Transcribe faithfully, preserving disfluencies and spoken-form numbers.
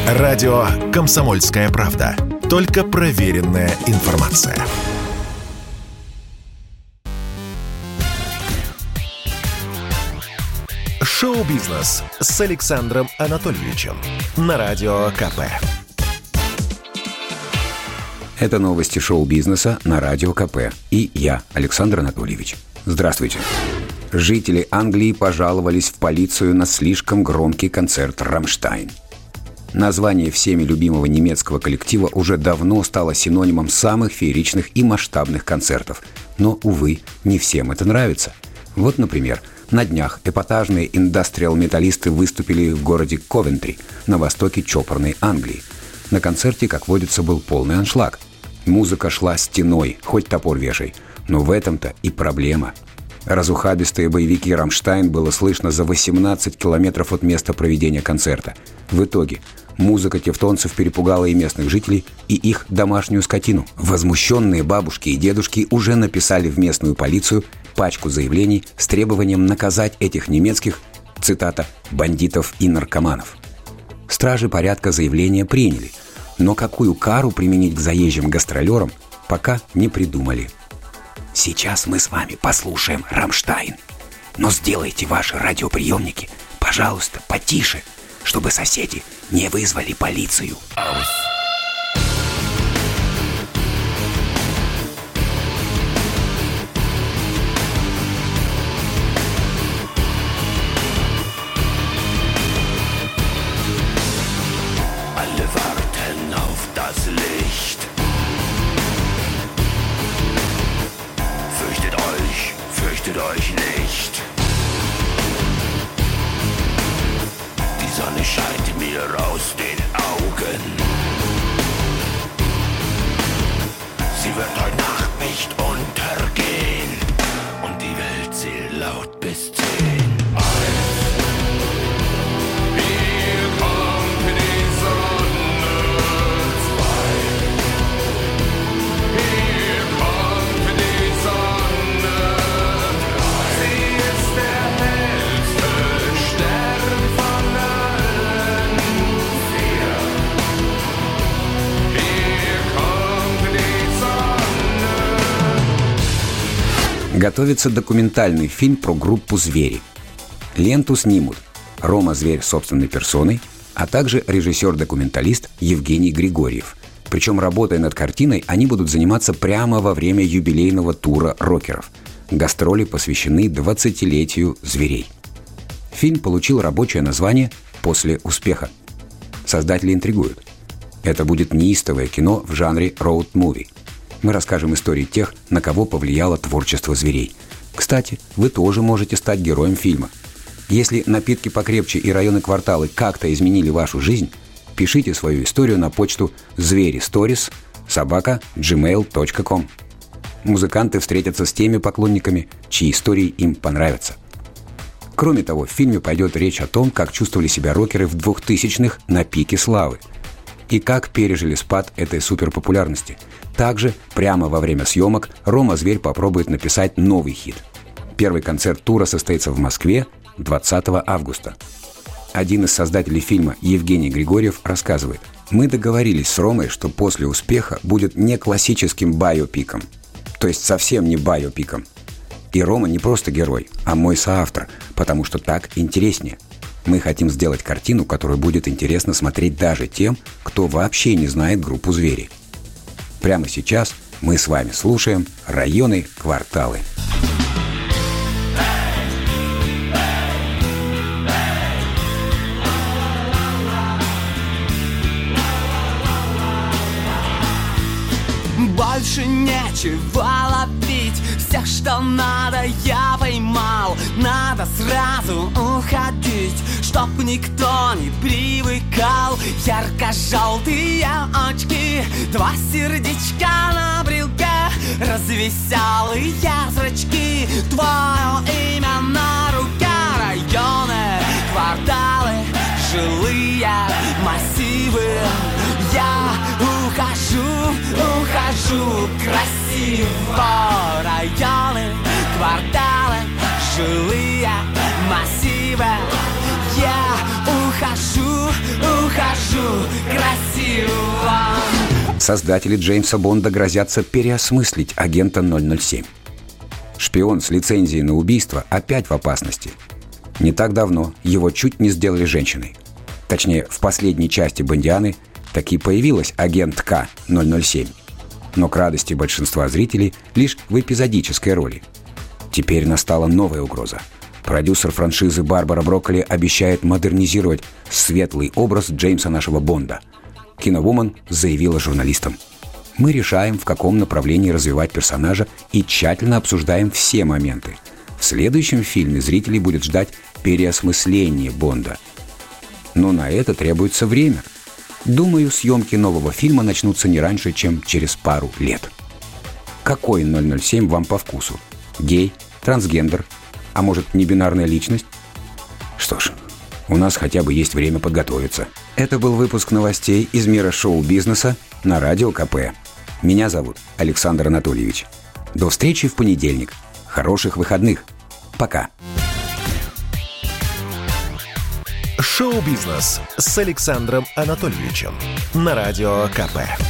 Радио «Комсомольская правда». Только проверенная информация. Шоу-бизнес с Александром Анатольевичем на Радио КП. Это новости шоу-бизнеса на Радио КП. И я, Александр Анатольевич. Здравствуйте. Жители Англии пожаловались в полицию на слишком громкий концерт «Рамштайн». Название всеми любимого немецкого коллектива уже давно стало синонимом самых фееричных и масштабных концертов. Но, увы, не всем это нравится. Вот, например, на днях эпатажные индастриал-металлисты выступили в городе Ковентри, на востоке чопорной Англии. На концерте, как водится, был полный аншлаг. Музыка шла стеной, хоть топор вешай. Но в этом-то и проблема. Разухабистые боевики «Рамштайн» было слышно за восемнадцать километров от места проведения концерта. В итоге музыка тевтонцев перепугала и местных жителей, и их домашнюю скотину. Возмущенные бабушки и дедушки уже написали в местную полицию пачку заявлений с требованием наказать этих немецких, цитата, «бандитов и наркоманов». Стражи порядка заявления приняли, но какую кару применить к заезжим гастролерам, пока не придумали. Сейчас мы с вами послушаем «Рамштайн». Но сделайте ваши радиоприемники, пожалуйста, потише, чтобы соседи не вызвали полицию. Alle warten auf das Licht. Fürchtet euch, fürchtet euch nicht. Die Sonne scheint mir aus den Augen. Sie wird heute Nacht nicht untergehen. Und die Welt zählt laut bis zehn. Готовится документальный фильм про группу «Звери». Ленту снимут Рома Зверь собственной персоной, а также режиссер-документалист Евгений Григорьев. Причем, работая над картиной, они будут заниматься прямо во время юбилейного тура рокеров. Гастроли посвящены двадцатилетию «Зверей». Фильм получил рабочее название «После успеха». Создатели интригуют. Это будет неистовое кино в жанре роуд-муви. Мы расскажем истории тех, на кого повлияло творчество «Зверей». Кстати, вы тоже можете стать героем фильма. Если напитки покрепче и районы-кварталы как-то изменили вашу жизнь, пишите свою историю на почту зверисторис собака джимейл точка ком. Музыканты встретятся с теми поклонниками, чьи истории им понравятся. Кроме того, в фильме пойдет речь о том, как чувствовали себя рокеры в двухтысячных на пике славы и как пережили спад этой суперпопулярности. Также прямо во время съемок Рома Зверь попробует написать новый хит. Первый концерт тура состоится в Москве двадцатого августа. Один из создателей фильма, Евгений Григорьев, рассказывает: «Мы договорились с Ромой, что «После успеха» будет не классическим байопиком, то есть совсем не байопиком. И Рома не просто герой, а мой соавтор, потому что так интереснее. Мы хотим сделать картину, которую будет интересно смотреть даже тем, кто вообще не знает группу «Звери». Прямо сейчас мы с вами слушаем «Районы, кварталы». Больше нечего ловить, все, что надо, я поймал. Надо сразу уходить, чтоб никто не привыкал. Ярко-желтые очки, два сердечка на брелке, развеселые зрачки, твое имя на руке. Районы, кварталы, жилые массивы. Я ухожу, ухожу красиво. Районы, кварталы, жилые массивы. Я ухожу, ухожу ухожу красиво. Создатели Джеймса Бонда грозятся переосмыслить агента ноль ноль семь. Шпион с лицензией на убийство опять в опасности. Не так давно его чуть не сделали женщиной. Точнее, в последней части «Бондианы» таки появилась агент К ноль ноль семь. Но к радости большинства зрителей лишь в эпизодической роли. Теперь настала новая угроза. Продюсер франшизы Барбара Брокколи обещает модернизировать светлый образ Джеймса нашего Бонда. Киновумен заявила журналистам: «Мы решаем, в каком направлении развивать персонажа, и тщательно обсуждаем все моменты. В следующем фильме зрителей будет ждать переосмысление Бонда. Но на это требуется время. Думаю, съемки нового фильма начнутся не раньше, чем через пару лет». Какой ноль ноль семь вам по вкусу? Гей? Трансгендер? А может, небинарная личность? Что ж, у нас хотя бы есть время подготовиться. Это был выпуск новостей из мира шоу-бизнеса на Радио ка пэ. Меня зовут Александр Анатольевич. До встречи в понедельник. Хороших выходных. Пока. Шоу-бизнес с Александром Анатольевичем на Радио ка пэ.